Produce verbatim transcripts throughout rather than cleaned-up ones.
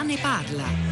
ne parla.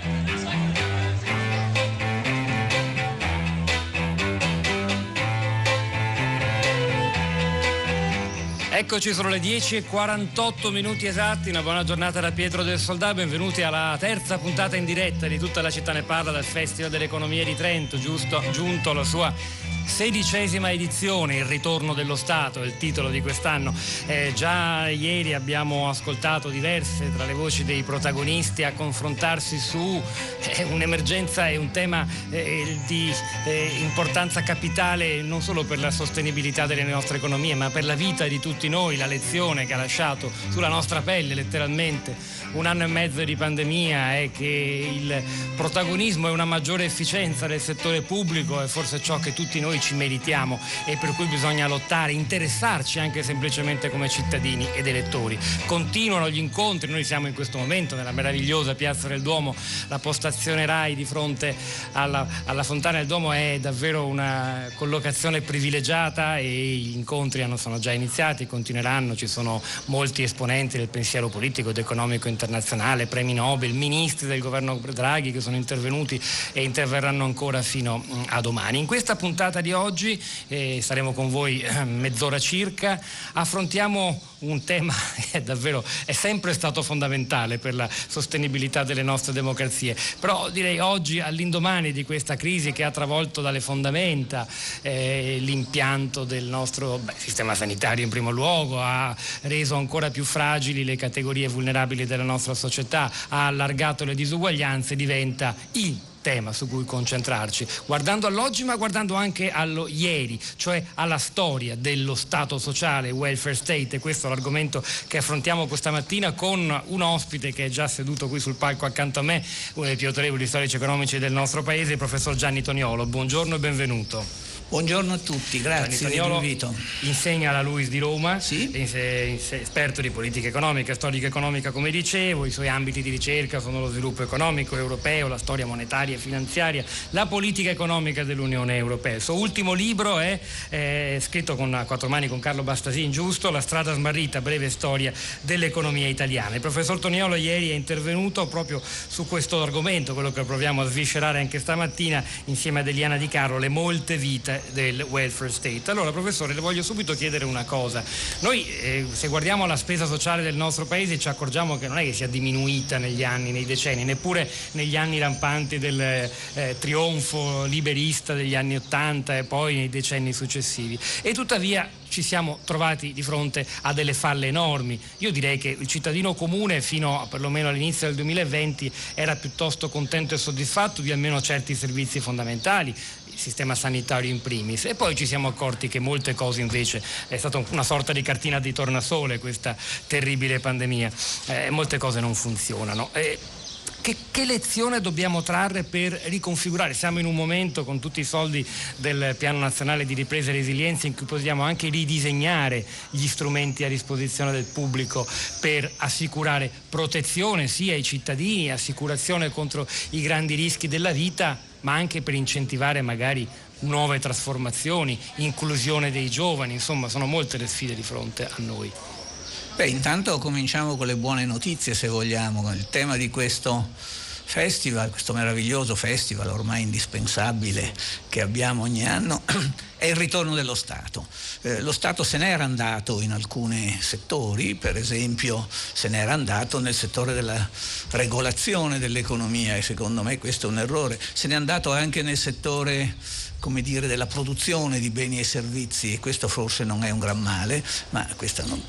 Eccoci, sono le dieci e quarantotto minuti esatti, una buona giornata da Pietro del Soldà, benvenuti alla terza puntata in diretta di Tutta la città ne parla dal Festival dell'Economia di Trento, giusto, giunto alla sua sedicesima edizione, il ritorno dello Stato è il titolo di quest'anno. Eh, già ieri abbiamo ascoltato diverse tra le voci dei protagonisti a confrontarsi su eh, un'emergenza e un tema eh, di eh, importanza capitale non solo per la sostenibilità delle nostre economie ma per la vita di tutti noi, la lezione che ha lasciato sulla nostra pelle letteralmente un anno e mezzo di pandemia è che il protagonismo e una maggiore efficienza del settore pubblico è forse ciò che tutti noi ci meritiamo e per cui bisogna lottare, interessarci anche semplicemente come cittadini ed elettori. Continuano gli incontri, noi siamo in questo momento nella meravigliosa Piazza del Duomo, la postazione Rai di fronte alla, alla Fontana del Duomo è davvero una collocazione privilegiata e gli incontri hanno, sono già iniziati, continueranno, ci sono molti esponenti del pensiero politico ed economico internazionale, premi Nobel, ministri del governo Draghi che sono intervenuti e interverranno ancora fino a domani. In questa puntata di oggi eh, saremo con voi eh, mezz'ora circa, affrontiamo un tema che è davvero è sempre stato fondamentale per la sostenibilità delle nostre democrazie, però direi oggi all'indomani di questa crisi che ha travolto dalle fondamenta eh, l'impianto del nostro beh, sistema sanitario in primo luogo, ha reso ancora più fragili le categorie vulnerabili della nostra società, ha allargato le disuguaglianze, diventa il tema su cui concentrarci, guardando all'oggi ma guardando anche allo ieri, cioè alla storia dello Stato sociale, welfare state, e questo è l'argomento che affrontiamo questa mattina con un ospite che è già seduto qui sul palco accanto a me, uno dei più autorevoli storici economici del nostro paese, il professor Gianni Toniolo. Buongiorno e benvenuto. Buongiorno a tutti, grazie dell'invito. Insegna alla LUISS di Roma, sì. è esperto di politica economica, storica economica come dicevo, i suoi ambiti di ricerca sono lo sviluppo economico europeo, la storia monetaria e finanziaria, la politica economica dell'Unione Europea. Il suo ultimo libro è, è scritto con a quattro mani con Carlo Bastasin, giusto, La strada smarrita, breve storia dell'economia italiana. Il professor Toniolo ieri è intervenuto proprio su questo argomento, quello che proviamo a sviscerare anche stamattina insieme ad Eliana Di Carlo, le molte vite del welfare state. Allora professore, le voglio subito chiedere una cosa. Noi eh, se guardiamo la spesa sociale del nostro paese ci accorgiamo che non è che sia diminuita negli anni, nei decenni, neppure negli anni rampanti del eh, trionfo liberista degli anni ottanta e poi nei decenni successivi, e tuttavia ci siamo trovati di fronte a delle falle enormi. Io direi che il cittadino comune fino a perlomeno all'inizio del duemilaventi era piuttosto contento e soddisfatto di almeno certi servizi fondamentali, il sistema sanitario in primis, e poi ci siamo accorti che molte cose invece è stata una sorta di cartina di tornasole questa terribile pandemia, eh, molte cose non funzionano. Eh, Che, che lezione dobbiamo trarre per riconfigurare? Siamo in un momento con tutti i soldi del Piano Nazionale di Ripresa e Resilienza in cui possiamo anche ridisegnare gli strumenti a disposizione del pubblico per assicurare protezione sia ai cittadini, assicurazione contro i grandi rischi della vita, ma anche per incentivare magari nuove trasformazioni, inclusione dei giovani, insomma sono molte le sfide di fronte a noi. Beh, intanto cominciamo con le buone notizie, se vogliamo. Il tema di questo festival, questo meraviglioso festival ormai indispensabile che abbiamo ogni anno, è il ritorno dello Stato. Eh, lo Stato se n'era andato in alcuni settori, per esempio se n'era andato nel settore della regolazione dell'economia, e secondo me questo è un errore. Se n'è andato anche nel settore, come dire, della produzione di beni e servizi, e questo forse non è un gran male, ma questa non...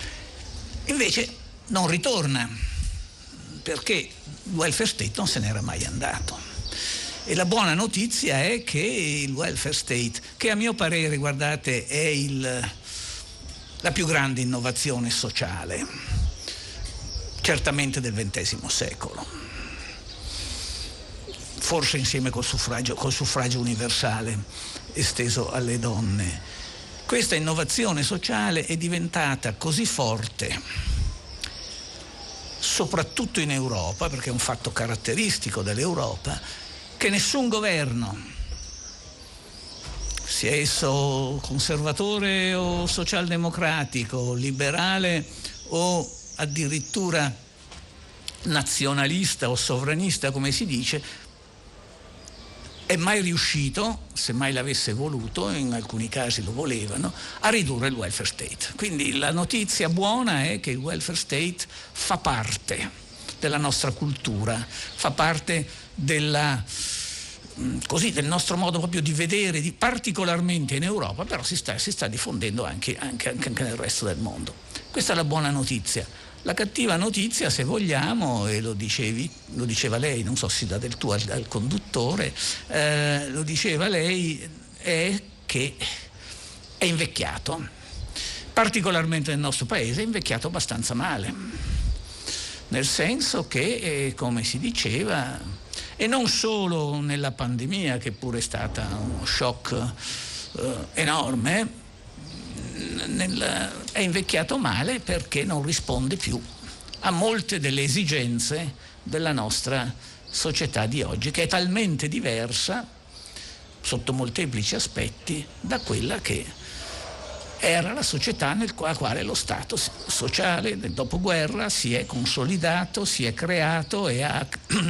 Invece non ritorna, perché il welfare state non se n'era mai andato. E la buona notizia è che il welfare state, che a mio parere, guardate, è il, la più grande innovazione sociale, certamente del ventesimo secolo, forse insieme col suffragio, col suffragio universale esteso alle donne. Questa innovazione sociale è diventata così forte, soprattutto in Europa, perché è un fatto caratteristico dell'Europa, che nessun governo, sia esso conservatore o socialdemocratico, liberale o addirittura nazionalista o sovranista, come si dice, è mai riuscito, se mai l'avesse voluto, in alcuni casi lo volevano, a ridurre il welfare state. Quindi la notizia buona è che il welfare state fa parte della nostra cultura, fa parte della, così, del nostro modo proprio di vedere, di, particolarmente in Europa, però si sta, si sta diffondendo anche, anche, anche nel resto del mondo. Questa è la buona notizia. La cattiva notizia, se vogliamo, e lo dicevi, lo diceva lei, non so se dà del tu al, al conduttore, eh, lo diceva lei, è che è invecchiato, particolarmente nel nostro paese, è invecchiato abbastanza male, nel senso che, eh, come si diceva, e non solo nella pandemia, che pure è stata uno shock eh, enorme, Nel, è invecchiato male perché non risponde più a molte delle esigenze della nostra società di oggi, che è talmente diversa sotto molteplici aspetti da quella che era la società nella quale lo Stato sociale del dopoguerra si è consolidato, si è creato e ha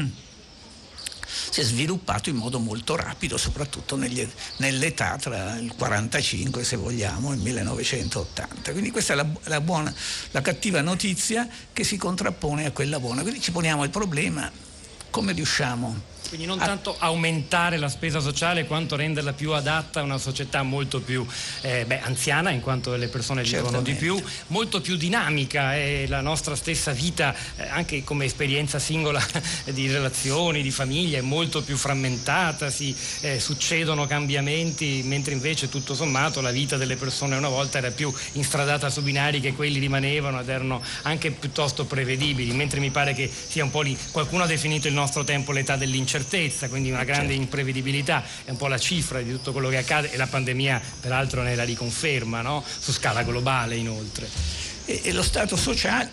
si è sviluppato in modo molto rapido, soprattutto negli, nell'età tra il quarantacinque, se vogliamo, e il millenovecentottanta. Quindi questa è la, la, buona, la cattiva notizia che si contrappone a quella buona. Quindi ci poniamo il problema: come riusciamo? Quindi non tanto aumentare la spesa sociale quanto renderla più adatta a una società molto più eh, beh, anziana, in quanto le persone vivono di più, molto più dinamica, e la nostra stessa vita, eh, anche come esperienza singola di relazioni, di famiglia, è molto più frammentata, si eh, succedono cambiamenti, mentre invece tutto sommato la vita delle persone una volta era più instradata su binari che quelli rimanevano ed erano anche piuttosto prevedibili, mentre mi pare che sia un po' lì, qualcuno ha definito il nostro tempo l'età dell'incertezza, quindi una grande imprevedibilità, è un po' la cifra di tutto quello che accade, e la pandemia peraltro ne la riconferma, no? Su scala globale inoltre. E, e lo Stato sociale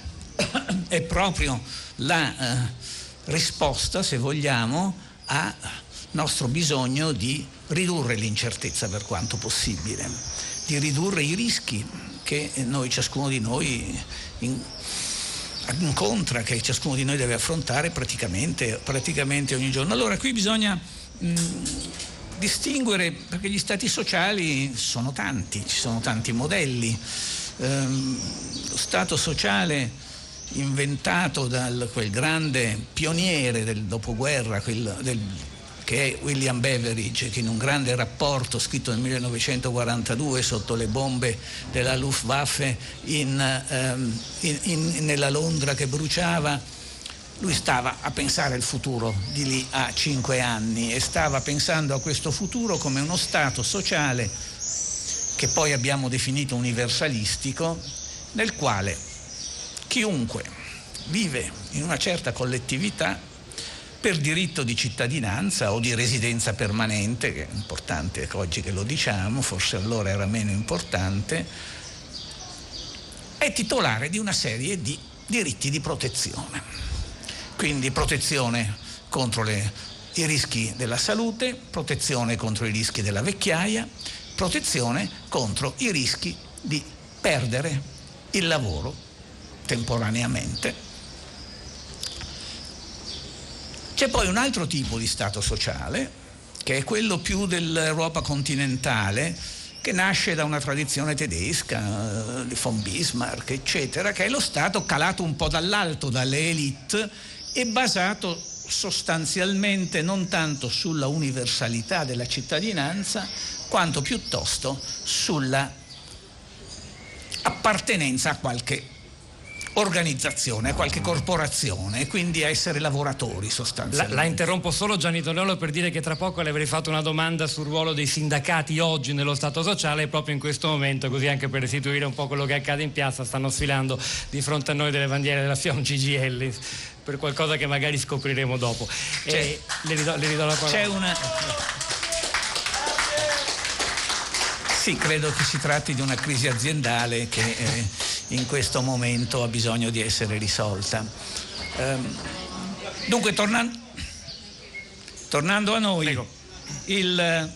è proprio la eh, risposta, se vogliamo, al nostro bisogno di ridurre l'incertezza per quanto possibile, di ridurre i rischi che noi, ciascuno di noi, in, incontra, che ciascuno di noi deve affrontare praticamente, praticamente ogni giorno. Allora qui bisogna mh, distinguere, perché gli stati sociali sono tanti, ci sono tanti modelli. Ehm, lo stato sociale inventato da quel grande pioniere del dopoguerra, quel, del, che è William Beveridge, che in un grande rapporto scritto nel millenovecentoquarantadue sotto le bombe della Luftwaffe in, um, in, in, nella Londra che bruciava, lui stava a pensare al futuro di lì a cinque anni e stava pensando a questo futuro come uno stato sociale che poi abbiamo definito universalistico, nel quale chiunque vive in una certa collettività per diritto di cittadinanza o di residenza permanente, che è importante oggi che lo diciamo, forse allora era meno importante, è titolare di una serie di diritti di protezione. Quindi protezione contro le, i rischi della salute, protezione contro i rischi della vecchiaia, protezione contro i rischi di perdere il lavoro temporaneamente. C'è poi un altro tipo di stato sociale, che è quello più dell'Europa continentale, che nasce da una tradizione tedesca, di von Bismarck, eccetera, che è lo stato calato un po' dall'alto dalle élite e basato sostanzialmente non tanto sulla universalità della cittadinanza, quanto piuttosto sulla appartenenza a qualche organizzazione, a qualche corporazione, quindi a essere lavoratori sostanzialmente. La, la interrompo solo, Gianni Toniolo, per dire che tra poco le avrei fatto una domanda sul ruolo dei sindacati oggi nello Stato sociale, e proprio in questo momento, così anche per restituire un po' quello che accade in piazza, stanno sfilando di fronte a noi delle bandiere della FIOM C G I L, per qualcosa che magari scopriremo dopo. E le ridò, le ridò la parola. C'è una... Sì, credo che si tratti di una crisi aziendale che eh, in questo momento ha bisogno di essere risolta. Um, dunque, tornando, tornando a noi, il,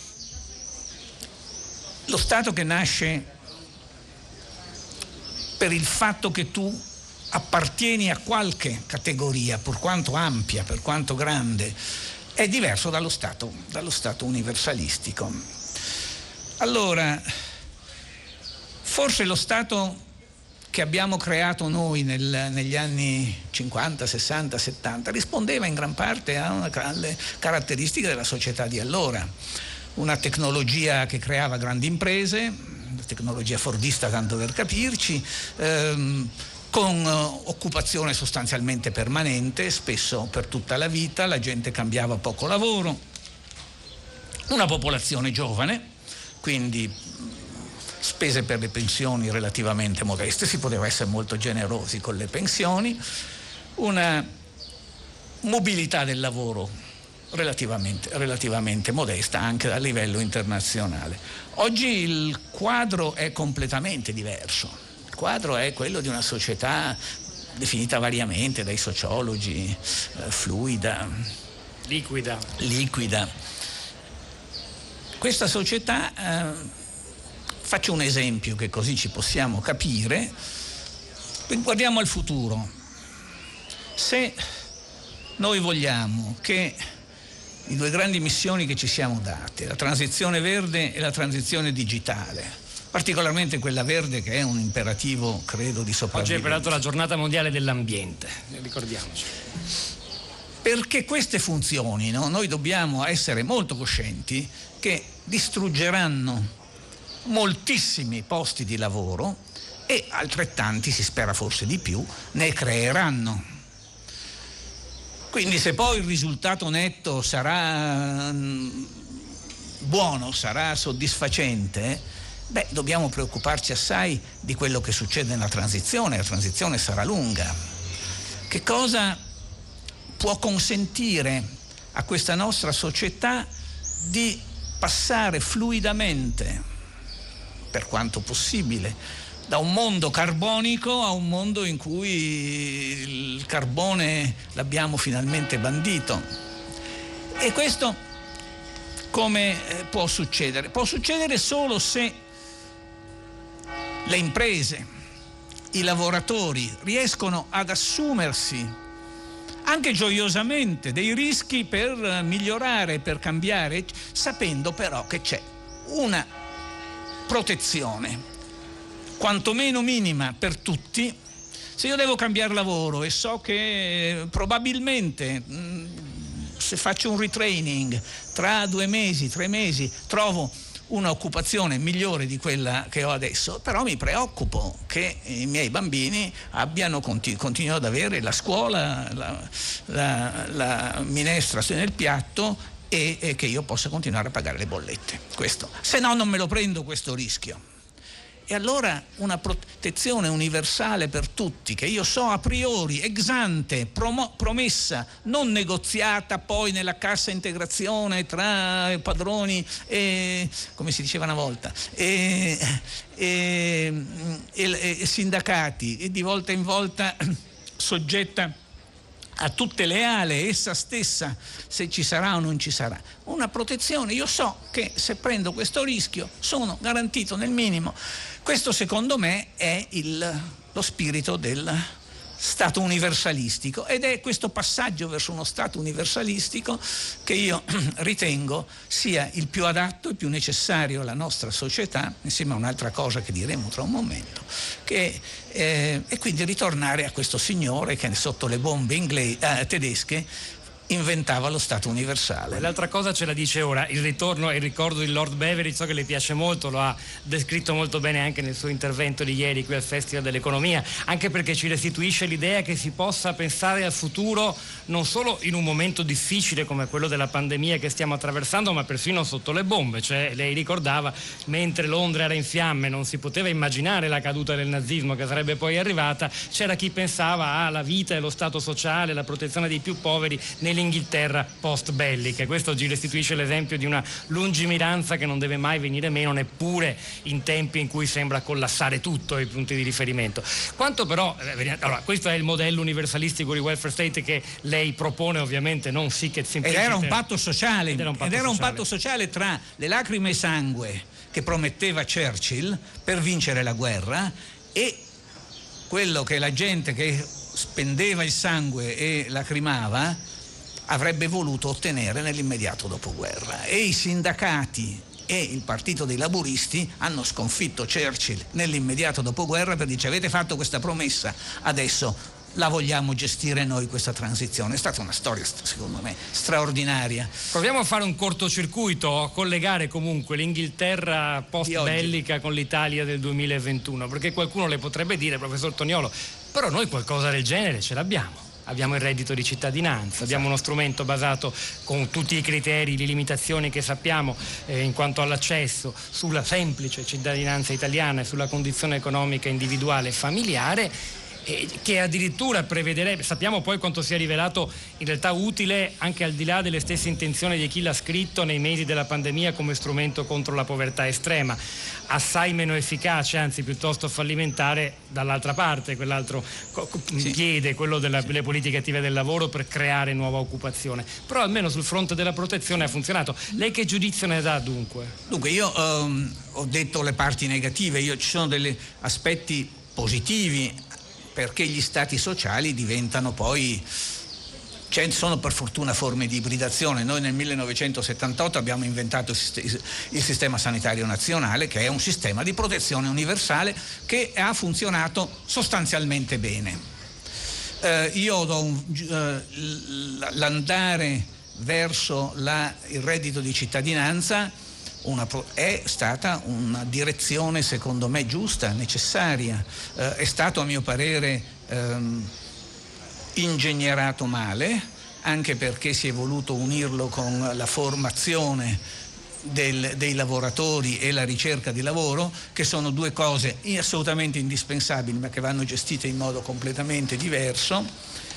lo Stato che nasce per il fatto che tu appartieni a qualche categoria, per quanto ampia, per quanto grande, è diverso dallo Stato, dallo Stato universalistico. Allora, forse lo Stato che abbiamo creato noi nel, negli anni cinquanta, sessanta, settanta rispondeva in gran parte a una, alle caratteristiche della società di allora. Una tecnologia che creava grandi imprese, la tecnologia fordista tanto per capirci, ehm, con occupazione sostanzialmente permanente, spesso per tutta la vita, la gente cambiava poco lavoro, una popolazione giovane, quindi spese per le pensioni relativamente modeste, si poteva essere molto generosi con le pensioni, una mobilità del lavoro relativamente, relativamente modesta anche a livello internazionale. Oggi il quadro è completamente diverso. Il quadro è quello di una società definita variamente dai sociologi, eh, fluida, liquida. liquida. Questa società, eh, faccio un esempio che così ci possiamo capire, guardiamo al futuro. Se noi vogliamo che i due grandi missioni che ci siamo date, la transizione verde e la transizione digitale, particolarmente quella verde che è un imperativo, credo, di sopravvivenza. Oggi è peraltro la giornata mondiale dell'ambiente, ricordiamoci. Perché queste funzionino, noi dobbiamo essere molto coscienti che distruggeranno moltissimi posti di lavoro e altrettanti, si spera forse di più, ne creeranno. Quindi se poi il risultato netto sarà buono, sarà soddisfacente, beh, dobbiamo preoccuparci assai di quello che succede nella transizione. La transizione sarà lunga. Che cosa può consentire a questa nostra società di passare fluidamente, per quanto possibile, da un mondo carbonico a un mondo in cui il carbone l'abbiamo finalmente bandito? E questo come può succedere? Può succedere solo se le imprese, i lavoratori riescono ad assumersi anche gioiosamente dei rischi per migliorare, per cambiare, sapendo però che c'è una protezione quantomeno minima per tutti. Se io devo cambiare lavoro e so che probabilmente se faccio un retraining tra due mesi, tre mesi trovo un'occupazione migliore di quella che ho adesso, però mi preoccupo che i miei bambini abbiano continu- continuino ad avere la scuola, la, la, la minestra nel piatto e, e che io possa continuare a pagare le bollette. Questo. Se no non me lo prendo questo rischio. E allora una protezione universale per tutti, che io so a priori, ex ante, promo- promessa, non negoziata poi nella cassa integrazione tra padroni e, come si diceva una volta, e, e, e, e sindacati, e di volta in volta soggetta a tutte le ale, essa stessa, se ci sarà o non ci sarà. Una protezione, io so che se prendo questo rischio sono garantito nel minimo. Questo secondo me è il, lo spirito del Stato universalistico, ed è questo passaggio verso uno Stato universalistico che io ritengo sia il più adatto e più necessario alla nostra società, insieme a un'altra cosa che diremo tra un momento, che eh, e quindi ritornare a questo signore che sotto le bombe inglesi, eh, tedesche inventava lo Stato universale. L'altra cosa ce la dice ora, il ritorno e il ricordo di Lord Beveridge, so che le piace molto, lo ha descritto molto bene anche nel suo intervento di ieri qui al Festival dell'Economia, anche perché ci restituisce l'idea che si possa pensare al futuro non solo in un momento difficile come quello della pandemia che stiamo attraversando, ma persino sotto le bombe. Cioè, lei ricordava, mentre Londra era in fiamme, non si poteva immaginare la caduta del nazismo che sarebbe poi arrivata, c'era chi pensava alla vita e lo Stato sociale, la protezione dei più poveri nell'Inghilterra post bellica. Questo ci restituisce l'esempio di una lungimiranza che non deve mai venire meno, neppure in tempi in cui sembra collassare tutto i punti di riferimento. Quanto però, allora, questo è il modello universalistico di welfare state che lei propone, ovviamente non sic et simpliciter. Ed era un patto sociale, ed era un patto, ed era un sociale. patto sociale tra le lacrime e sangue che prometteva Churchill per vincere la guerra e quello che la gente che spendeva il sangue e lacrimava avrebbe voluto ottenere nell'immediato dopoguerra. E i sindacati e il partito dei laburisti hanno sconfitto Churchill nell'immediato dopoguerra per dire: avete fatto questa promessa, adesso la vogliamo gestire noi questa transizione. È stata una storia, secondo me, straordinaria. Proviamo a fare un cortocircuito, a collegare comunque l'Inghilterra post-bellica con l'Italia del duemilaventuno, perché qualcuno le potrebbe dire, professor Toniolo, però noi qualcosa del genere ce l'abbiamo. Abbiamo il reddito di cittadinanza, abbiamo uno strumento basato con tutti i criteri, le limitazioni che sappiamo eh, in quanto all'accesso, sulla semplice cittadinanza italiana e sulla condizione economica individuale e familiare, eh, che addirittura prevederebbe, sappiamo poi quanto sia rivelato in realtà utile anche al di là delle stesse intenzioni di chi l'ha scritto nei mesi della pandemia come strumento contro la povertà estrema, assai meno efficace, anzi piuttosto fallimentare dall'altra parte, quell'altro sì. piede, quello delle sì. politiche attive del lavoro per creare nuova occupazione. Però almeno sul fronte della protezione ha funzionato. Lei che giudizio ne dà dunque? Dunque io um, ho detto le parti negative, io, ci sono degli aspetti positivi perché gli stati sociali diventano poi... Ci sono per fortuna forme di ibridazione. Noi nel millenovecentosettantotto abbiamo inventato il sistema sanitario nazionale, che è un sistema di protezione universale che ha funzionato sostanzialmente bene. Eh, io do un, eh, l'andare verso la, il reddito di cittadinanza una, è stata una direzione secondo me giusta, necessaria. Eh, è stato a mio parere ehm, ingegnerato male, anche perché si è voluto unirlo con la formazione del, dei lavoratori e la ricerca di lavoro, che sono due cose assolutamente indispensabili ma che vanno gestite in modo completamente diverso.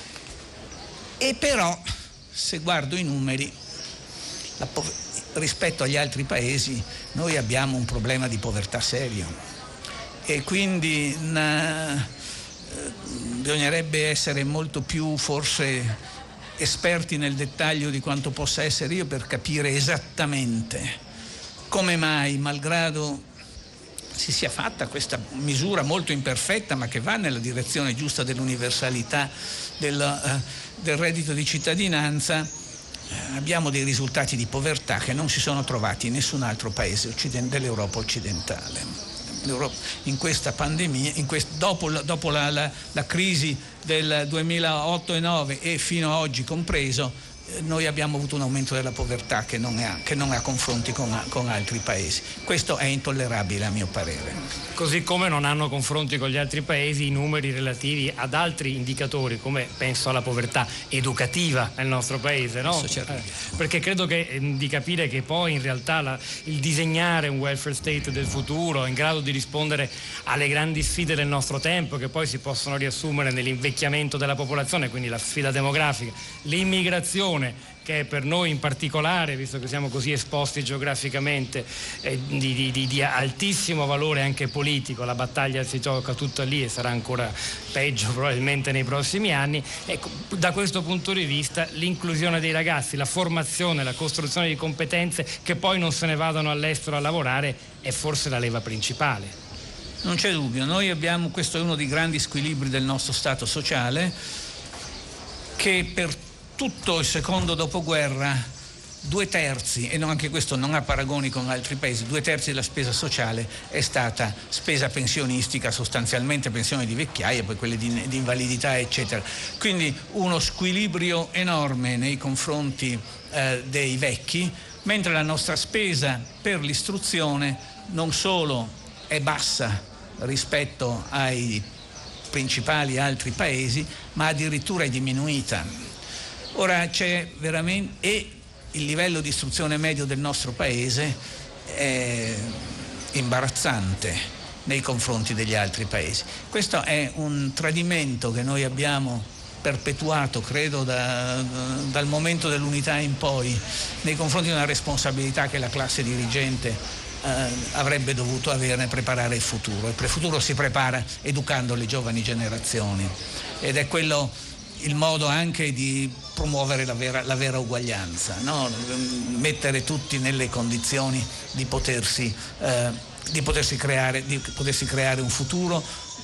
E però, se guardo i numeri, la po- rispetto agli altri paesi noi abbiamo un problema di povertà serio e quindi una, bisognerebbe essere molto più forse esperti nel dettaglio di quanto possa essere io per capire esattamente come mai, malgrado si sia fatta questa misura molto imperfetta ma che va nella direzione giusta dell'universalità del, uh, del reddito di cittadinanza, uh, abbiamo dei risultati di povertà che non si sono trovati in nessun altro paese occident- dell'Europa occidentale. In questa pandemia, in quest- dopo, dopo la, la, la crisi del duemilaotto e nove e fino a oggi compreso, eh, noi abbiamo avuto un aumento della povertà che non ha, che non ha confronti con, con altri paesi. Questo è intollerabile a mio parere. Così come non hanno confronti con gli altri paesi i numeri relativi ad altri indicatori, come penso alla povertà educativa nel nostro paese, no? Eh, perché credo che, eh, di capire che poi in realtà la, il disegnare un welfare state del futuro in grado di rispondere alle grandi sfide del nostro tempo, che poi si possono riassumere nell'invecchiamento della popolazione, quindi la sfida demografica, l'immigrazione, che è per noi in particolare, visto che siamo così esposti geograficamente, eh, di, di, di altissimo valore anche politico. La battaglia si gioca tutta lì e sarà ancora peggio probabilmente nei prossimi anni. Ecco, da questo punto di vista l'inclusione dei ragazzi, la formazione, la costruzione di competenze che poi non se ne vadano all'estero a lavorare è forse la leva principale. Non c'è dubbio, noi abbiamo, questo è uno dei grandi squilibri del nostro Stato sociale, che per tutto il secondo dopoguerra due terzi, e non, anche questo non ha paragoni con altri paesi, due terzi della spesa sociale è stata spesa pensionistica, sostanzialmente pensioni di vecchiaia, poi quelle di, di invalidità eccetera. Quindi uno squilibrio enorme nei confronti eh, dei vecchi, mentre la nostra spesa per l'istruzione non solo è bassa rispetto ai principali altri paesi, ma addirittura è diminuita. Ora c'è veramente, e il livello di istruzione medio del nostro paese è imbarazzante nei confronti degli altri paesi. Questo è un tradimento che noi abbiamo perpetuato, credo, da, dal momento dell'unità in poi, nei confronti di una responsabilità che la classe dirigente eh, avrebbe dovuto avere nel preparare il futuro. Il futuro si prepara educando le giovani generazioni ed è quello il modo anche di promuovere la vera, la vera uguaglianza, no? Mettere tutti nelle condizioni di potersi, eh, di potersi creare, di potersi creare un futuro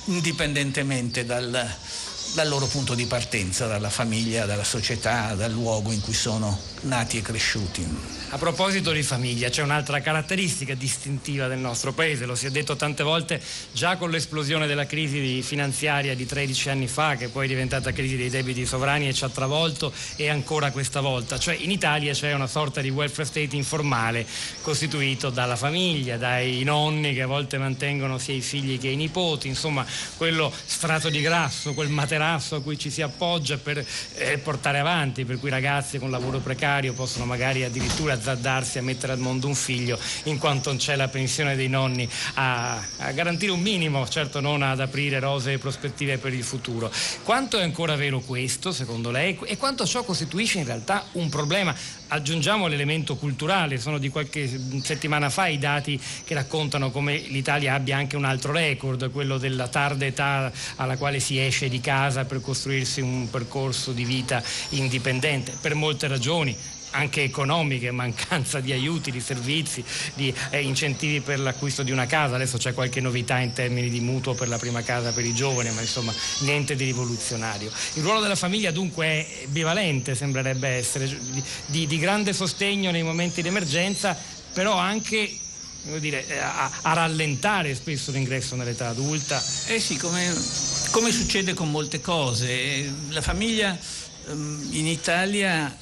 indipendentemente dal, dal loro punto di partenza, dalla famiglia, dalla società, dal luogo in cui sono nati e cresciuti. A proposito di famiglia, c'è un'altra caratteristica distintiva del nostro paese, lo si è detto tante volte già con l'esplosione della crisi finanziaria di tredici anni fa, che poi è diventata crisi dei debiti sovrani e ci ha travolto, e ancora questa volta. Cioè in Italia c'è una sorta di welfare state informale costituito dalla famiglia, dai nonni che a volte mantengono sia i figli che i nipoti, insomma quello strato di grasso, quel materasso a cui ci si appoggia per eh, portare avanti, per cui i ragazzi con lavoro precario possono magari addirittura azzardarsi a mettere al mondo un figlio, in quanto non c'è la pensione dei nonni a, a garantire un minimo, certo non ad aprire rosee prospettive per il futuro. Quanto è ancora vero questo, secondo lei, e quanto ciò costituisce in realtà un problema? Aggiungiamo l'elemento culturale, sono di qualche settimana fa i dati che raccontano come l'Italia abbia anche un altro record, quello della tarda età alla quale si esce di casa per costruirsi un percorso di vita indipendente, per molte ragioni, anche economiche, mancanza di aiuti, di servizi, di eh, incentivi per l'acquisto di una casa. Adesso c'è qualche novità in termini di mutuo per la prima casa per i giovani, ma insomma niente di rivoluzionario. Il ruolo della famiglia dunque è bivalente, sembrerebbe essere, di, di, di grande sostegno nei momenti di emergenza, però anche, devo dire, a, a rallentare spesso l'ingresso nell'età adulta. Eh sì, come, come succede con molte cose. La famiglia um, in Italia,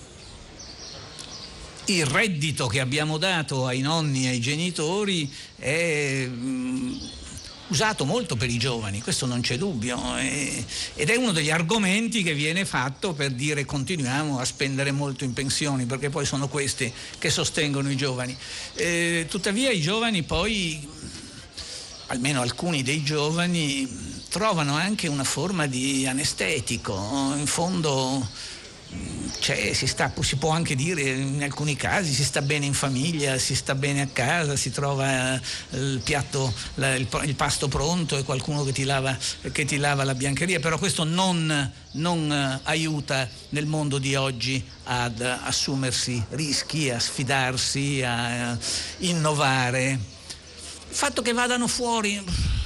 il reddito che abbiamo dato ai nonni e ai genitori è mh, usato molto per i giovani, questo non c'è dubbio, e, ed è uno degli argomenti che viene fatto per dire continuiamo a spendere molto in pensioni, perché poi sono queste che sostengono i giovani. Eh, tuttavia i giovani poi, almeno alcuni dei giovani, trovano anche una forma di anestetico, in fondo. Cioè, si, sta, si può anche dire in alcuni casi si sta bene in famiglia, si sta bene a casa, si trova il piatto, la, il, il pasto pronto e qualcuno che ti lava, che ti lava la biancheria, però questo non, non aiuta nel mondo di oggi ad assumersi rischi, a sfidarsi, a innovare. Il fatto che vadano fuori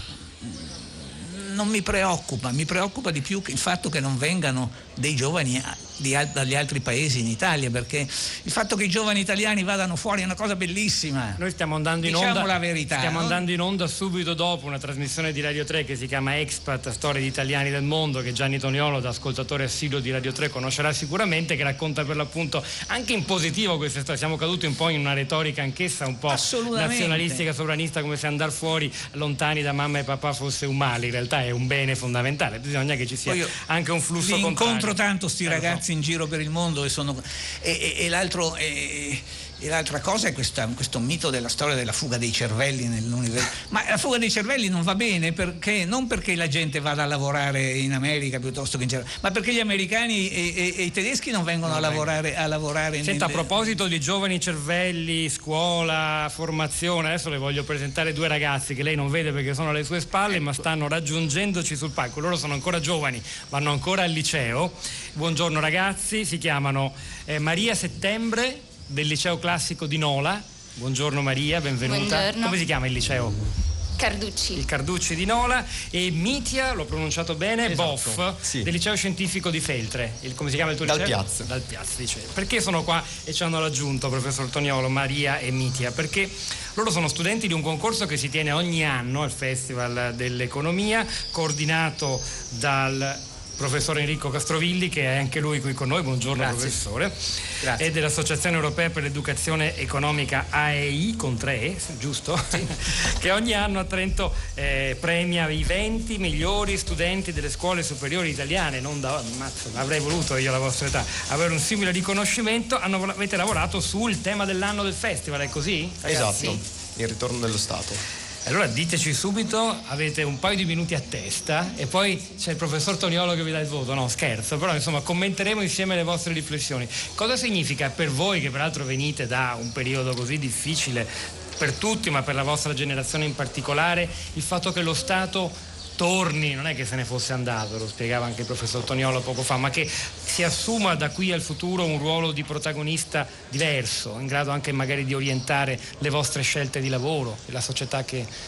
non mi preoccupa, mi preoccupa di più il fatto che non vengano dei giovani di, dagli altri paesi in Italia, perché il fatto che i giovani italiani vadano fuori è una cosa bellissima. Noi stiamo andando in diciamo onda, la verità, stiamo no? andando in onda subito dopo una trasmissione di Radio tre che si chiama Expat, storie di italiani del mondo, che Gianni Toniolo, da ascoltatore assiduo di Radio tre, conoscerà sicuramente, che racconta per l'appunto anche in positivo questa, siamo caduti un po' in una retorica anch'essa un po' nazionalistica, sovranista, come se andare fuori lontani da mamma e papà fosse un male. In realtà è un bene fondamentale, bisogna che ci sia anche un flusso contrario. Incontro tanto sti eh, ragazzi so. in giro per il mondo e, sono, e, e, e, l'altro, e, e l'altra cosa è questa, questo mito della storia della fuga dei cervelli nell'universo. Ma la fuga dei cervelli non va bene, perché non perché la gente vada a lavorare in America piuttosto che in Germania, ma perché gli americani e, e, e i tedeschi non vengono non a, lavorare, a lavorare. Senta, nelle... a proposito di giovani cervelli, scuola, formazione, adesso le voglio presentare due ragazzi che lei non vede perché sono alle sue spalle, ecco, ma stanno raggiungendoci sul palco. Loro sono ancora giovani, vanno ancora al liceo. Buongiorno ragazzi, si chiamano eh, Maria Settembre del liceo classico di Nola. Buongiorno Maria, benvenuta. Buongiorno. Come si chiama il liceo? Carducci. Il Carducci di Nola. E Mitia, l'ho pronunciato bene, esatto, Boff, sì, del liceo scientifico di Feltre. Il, come si chiama il tuo Dal liceo? Piazza. Dal Piazza, dice. Perché sono qua e ci hanno raggiunto, professor Toniolo, Maria e Mitia? Perché loro sono studenti di un concorso che si tiene ogni anno al Festival dell'Economia, coordinato dal professor Enrico Castrovilli, che è anche lui qui con noi. Buongiorno. Grazie. Professore. Grazie. E dell'Associazione Europea per l'Educazione Economica A E I, con tre E, giusto? Sì. Che ogni anno a Trento eh, premia i venti migliori studenti delle scuole superiori italiane. Non da, mazzo, avrei voluto io alla vostra età avere un simile riconoscimento. Hanno, avete lavorato sul tema dell'anno del festival, è così? Ragazzi? Esatto, il ritorno dello Stato. Allora diteci subito, avete un paio di minuti a testa e poi c'è il professor Toniolo che vi dà il voto. No, scherzo, però insomma commenteremo insieme le vostre riflessioni. Cosa significa per voi, che peraltro venite da un periodo così difficile per tutti, ma per la vostra generazione in particolare, il fatto che lo Stato torni, non è che se ne fosse andato, lo spiegava anche il professor Toniolo poco fa, ma che si assuma da qui al futuro un ruolo di protagonista diverso, in grado anche magari di orientare le vostre scelte di lavoro e la società che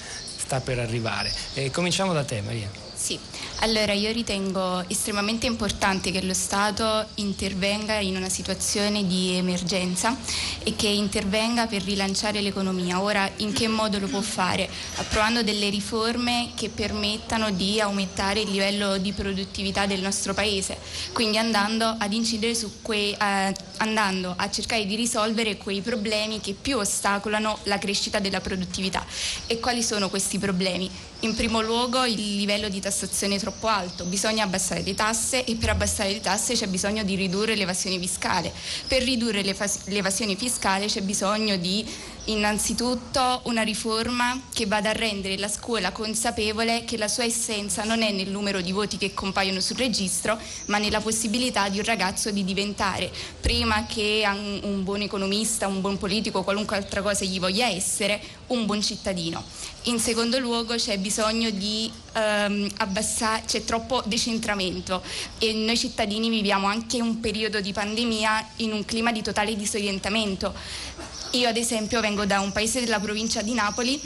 sta per arrivare. E cominciamo da te, Maria. Sì, allora io ritengo estremamente importante che lo Stato intervenga in una situazione di emergenza e che intervenga per rilanciare l'economia. Ora, in che modo lo può fare? Approvando delle riforme che permettano di aumentare il livello di produttività del nostro Paese, quindi andando ad incidere su quei, eh, andando a cercare di risolvere quei problemi che più ostacolano la crescita della produttività. E quali sono questi problemi? In primo luogo il livello di tassazione troppo alto, bisogna abbassare le tasse e per abbassare le tasse c'è bisogno di ridurre l'evasione fiscale. Per ridurre l'evasione fiscale c'è bisogno di innanzitutto una riforma che vada a rendere la scuola consapevole che la sua essenza non è nel numero di voti che compaiono sul registro, ma nella possibilità di un ragazzo di diventare, prima che un buon economista, un buon politico, qualunque altra cosa gli voglia essere, un buon cittadino. In secondo luogo c'è bisogno di ehm, abbassare, c'è troppo decentramento e noi cittadini viviamo anche un periodo di pandemia in un clima di totale disorientamento. Io ad esempio vengo da un paese della provincia di Napoli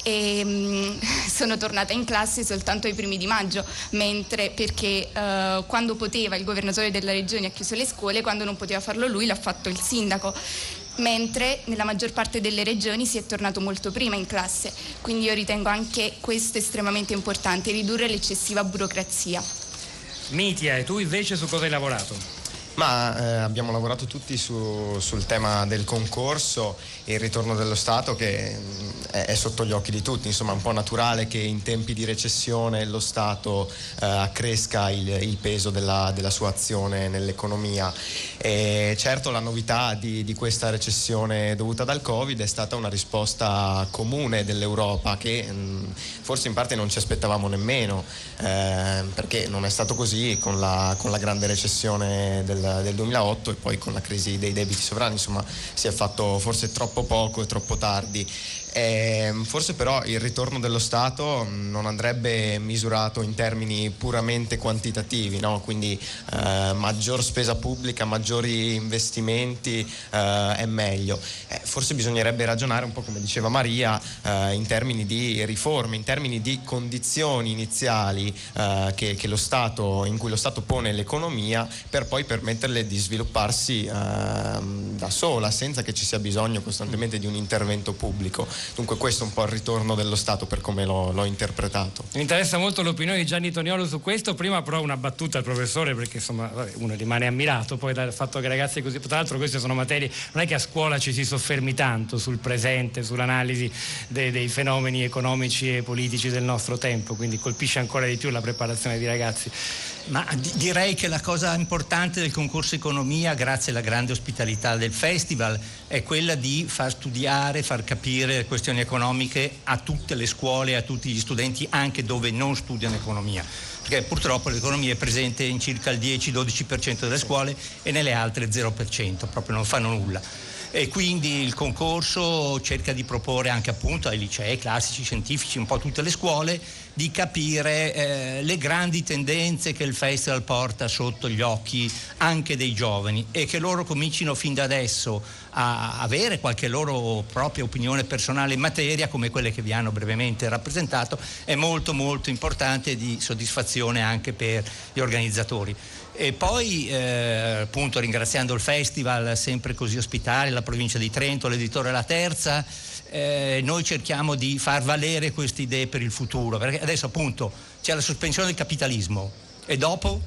e mh, sono tornata in classe soltanto ai primi di maggio, mentre perché eh, quando poteva il governatore della regione ha chiuso le scuole, quando non poteva farlo lui l'ha fatto il sindaco. Mentre nella maggior parte delle regioni si è tornato molto prima in classe, quindi io ritengo anche questo estremamente importante, ridurre l'eccessiva burocrazia. Mitia, e tu invece su cosa hai lavorato? Ma eh, abbiamo lavorato tutti su, sul tema del concorso e il ritorno dello Stato, che mh, è, è sotto gli occhi di tutti. Insomma, è un po' naturale che in tempi di recessione lo Stato eh, accresca il, il peso della, della sua azione nell'economia. E certo la novità di, di questa recessione dovuta dal Covid è stata una risposta comune dell'Europa che mh, forse in parte non ci aspettavamo nemmeno, eh, perché non è stato così con la, con la grande recessione del del duemilaotto e poi con la crisi dei debiti sovrani. Insomma, si è fatto forse troppo poco e troppo tardi. Eh, forse però il ritorno dello Stato non andrebbe misurato in termini puramente quantitativi, no? Quindi eh, maggior spesa pubblica, maggiori investimenti eh, è meglio. Eh, forse bisognerebbe ragionare un po' come diceva Maria eh, in termini di riforme, in termini di condizioni iniziali eh, che, che lo Stato, in cui lo Stato pone l'economia, per poi permetterle di svilupparsi eh, da sola, senza che ci sia bisogno costantemente di un intervento pubblico. Dunque questo è un po' il ritorno dello Stato per come l'ho, l'ho interpretato. Mi interessa molto l'opinione di Gianni Toniolo su questo. Prima però una battuta al professore, perché insomma vabbè, uno rimane ammirato poi dal fatto che ragazzi così, tra l'altro queste sono materie, non è che a scuola ci si soffermi tanto sul presente, sull'analisi dei, dei fenomeni economici e politici del nostro tempo, quindi colpisce ancora di più la preparazione di ragazzi. Ma d- direi che la cosa importante del concorso economia, grazie alla grande ospitalità del festival, è quella di far studiare, far capire le questioni economiche a tutte le scuole, a tutti gli studenti, anche dove non studiano economia. Perché purtroppo l'economia è presente in circa il dieci dodici per cento delle scuole e nelle altre zero per cento, proprio non fanno nulla. E quindi il concorso cerca di proporre anche appunto ai licei classici, scientifici, un po' tutte le scuole, di capire eh, le grandi tendenze che il festival porta sotto gli occhi anche dei giovani e che loro comincino fin da adesso a avere qualche loro propria opinione personale in materia, come quelle che vi hanno brevemente rappresentato, è molto molto importante, di soddisfazione anche per gli organizzatori. E poi eh, appunto ringraziando il festival sempre così ospitale, la provincia di Trento, l'editore La Terza, eh, noi cerchiamo di far valere queste idee per il futuro, perché adesso appunto c'è la sospensione del capitalismo e dopo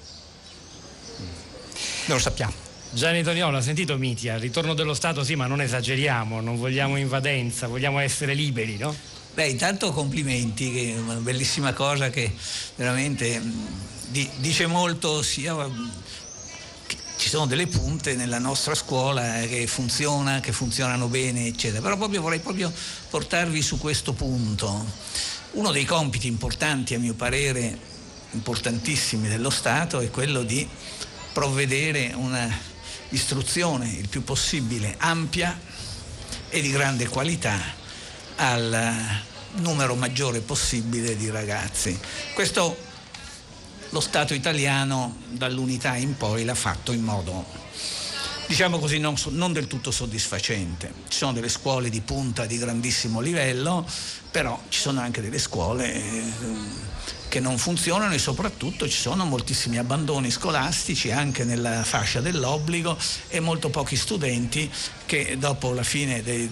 non lo sappiamo. Gianni Toniolo, ha sentito Mitia? Il ritorno dello Stato sì, ma non esageriamo, non vogliamo invadenza, vogliamo essere liberi, no? Beh, intanto complimenti, che è una bellissima cosa che veramente di, dice molto, sia che ci sono delle punte nella nostra scuola che funziona, che funzionano bene, eccetera. Però proprio vorrei proprio portarvi su questo punto. Uno dei compiti importanti, a mio parere, importantissimi dello Stato, è quello di provvedere una istruzione il più possibile ampia e di grande qualità al numero maggiore possibile di ragazzi. Questo lo Stato italiano dall'unità in poi l'ha fatto in modo diciamo così, non, non del tutto soddisfacente. Ci sono delle scuole di punta di grandissimo livello, però ci sono anche delle scuole eh, che non funzionano e soprattutto ci sono moltissimi abbandoni scolastici anche nella fascia dell'obbligo e molto pochi studenti che dopo la fine del,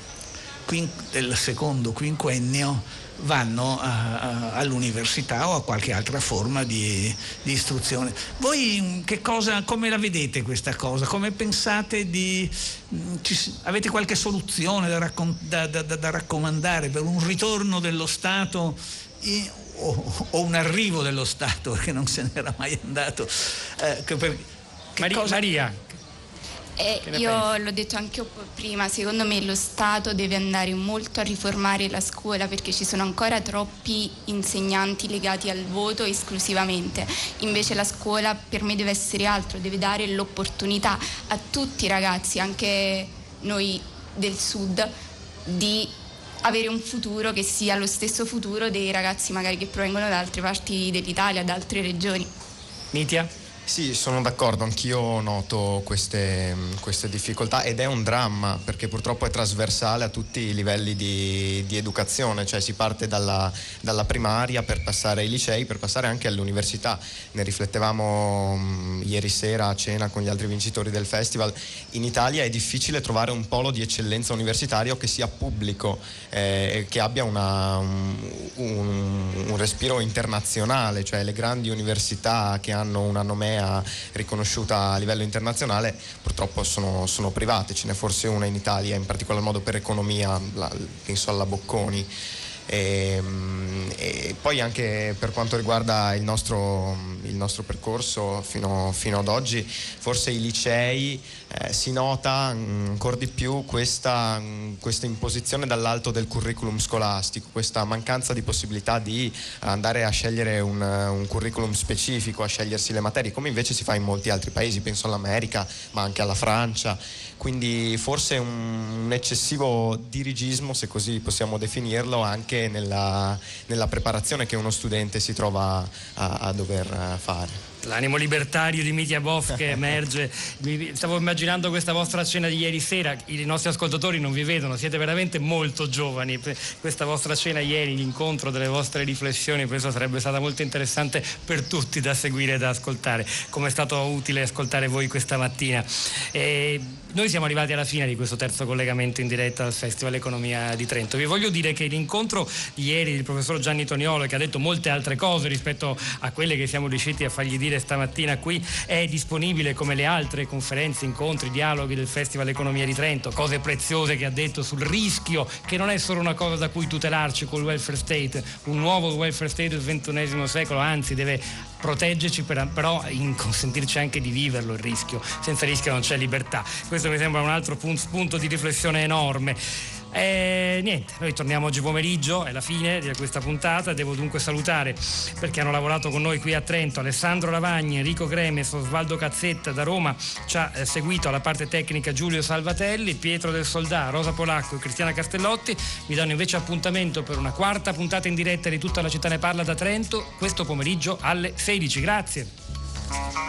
del secondo quinquennio vanno a, a, all'università o a qualche altra forma di, di istruzione. Voi che cosa, come la vedete questa cosa? Come pensate di... Ci, avete qualche soluzione da, raccon, da, da, da raccomandare per un ritorno dello Stato in, o, o un arrivo dello Stato, perché non se n'era mai andato? Eh, che per, che Maria, cosa... Maria. Eh, io l'ho detto anche prima, secondo me lo Stato deve andare molto a riformare la scuola, perché ci sono ancora troppi insegnanti legati al voto esclusivamente. Invece la scuola per me deve essere altro, deve dare l'opportunità a tutti i ragazzi, anche noi del Sud, di avere un futuro che sia lo stesso futuro dei ragazzi magari che provengono da altre parti dell'Italia, da altre regioni. Mitia? Sì, sono d'accordo, anch'io noto queste, queste difficoltà ed è un dramma perché purtroppo è trasversale a tutti i livelli di, di educazione, cioè si parte dalla, dalla primaria per passare ai licei, per passare anche all'università. Ne riflettevamo mh, ieri sera a cena con gli altri vincitori del festival. In Italia è difficile trovare un polo di eccellenza universitario che sia pubblico e eh, che abbia una, un, un, un respiro internazionale, cioè le grandi università che hanno una nomea riconosciuta a livello internazionale purtroppo sono, sono private. Ce n'è forse una in Italia, in particolar modo per economia, la, penso alla Bocconi. E, e poi anche per quanto riguarda il nostro, il nostro percorso fino, fino ad oggi, forse i licei eh, si nota ancora di più questa, questa imposizione dall'alto del curriculum scolastico, questa mancanza di possibilità di andare a scegliere un, un curriculum specifico, a scegliersi le materie, come invece si fa in molti altri paesi, penso all'America ma anche alla Francia. Quindi forse un, un eccessivo dirigismo, se così possiamo definirlo, anche nella, nella preparazione che uno studente si trova a, a dover fare. L'animo libertario di Mitia Boff che emerge. Stavo immaginando questa vostra cena di ieri sera. I nostri ascoltatori non vi vedono, siete veramente molto giovani. Questa vostra cena ieri, l'incontro delle vostre riflessioni, penso sarebbe stata molto interessante per tutti da seguire e da ascoltare, come è stato utile ascoltare voi questa mattina. E noi siamo arrivati alla fine di questo terzo collegamento in diretta al Festival Economia di Trento. Vi voglio dire che l'incontro di ieri del professor Gianni Toniolo, che ha detto molte altre cose rispetto a quelle che siamo riusciti a fargli dire stamattina qui, è disponibile come le altre conferenze, incontri, dialoghi del Festival Economia di Trento. Cose preziose che ha detto sul rischio, che non è solo una cosa da cui tutelarci col welfare state, un nuovo welfare state del ventunesimo secolo, anzi deve proteggerci per, però in consentirci anche di viverlo il rischio. Senza rischio non c'è libertà. Questo mi sembra un altro spunto di riflessione enorme. E niente, noi torniamo oggi pomeriggio, è la fine di questa puntata. Devo dunque salutare, perché hanno lavorato con noi qui a Trento, Alessandro Ravagni, Enrico Gremes, Osvaldo Cazzetta. Da Roma ci ha eh, seguito alla parte tecnica Giulio Salvatelli, Pietro del Soldà, Rosa Polacco e Cristiana Castellotti. Vi danno invece appuntamento per una quarta puntata in diretta di Tutta la città ne parla da Trento questo pomeriggio alle sedici. Grazie.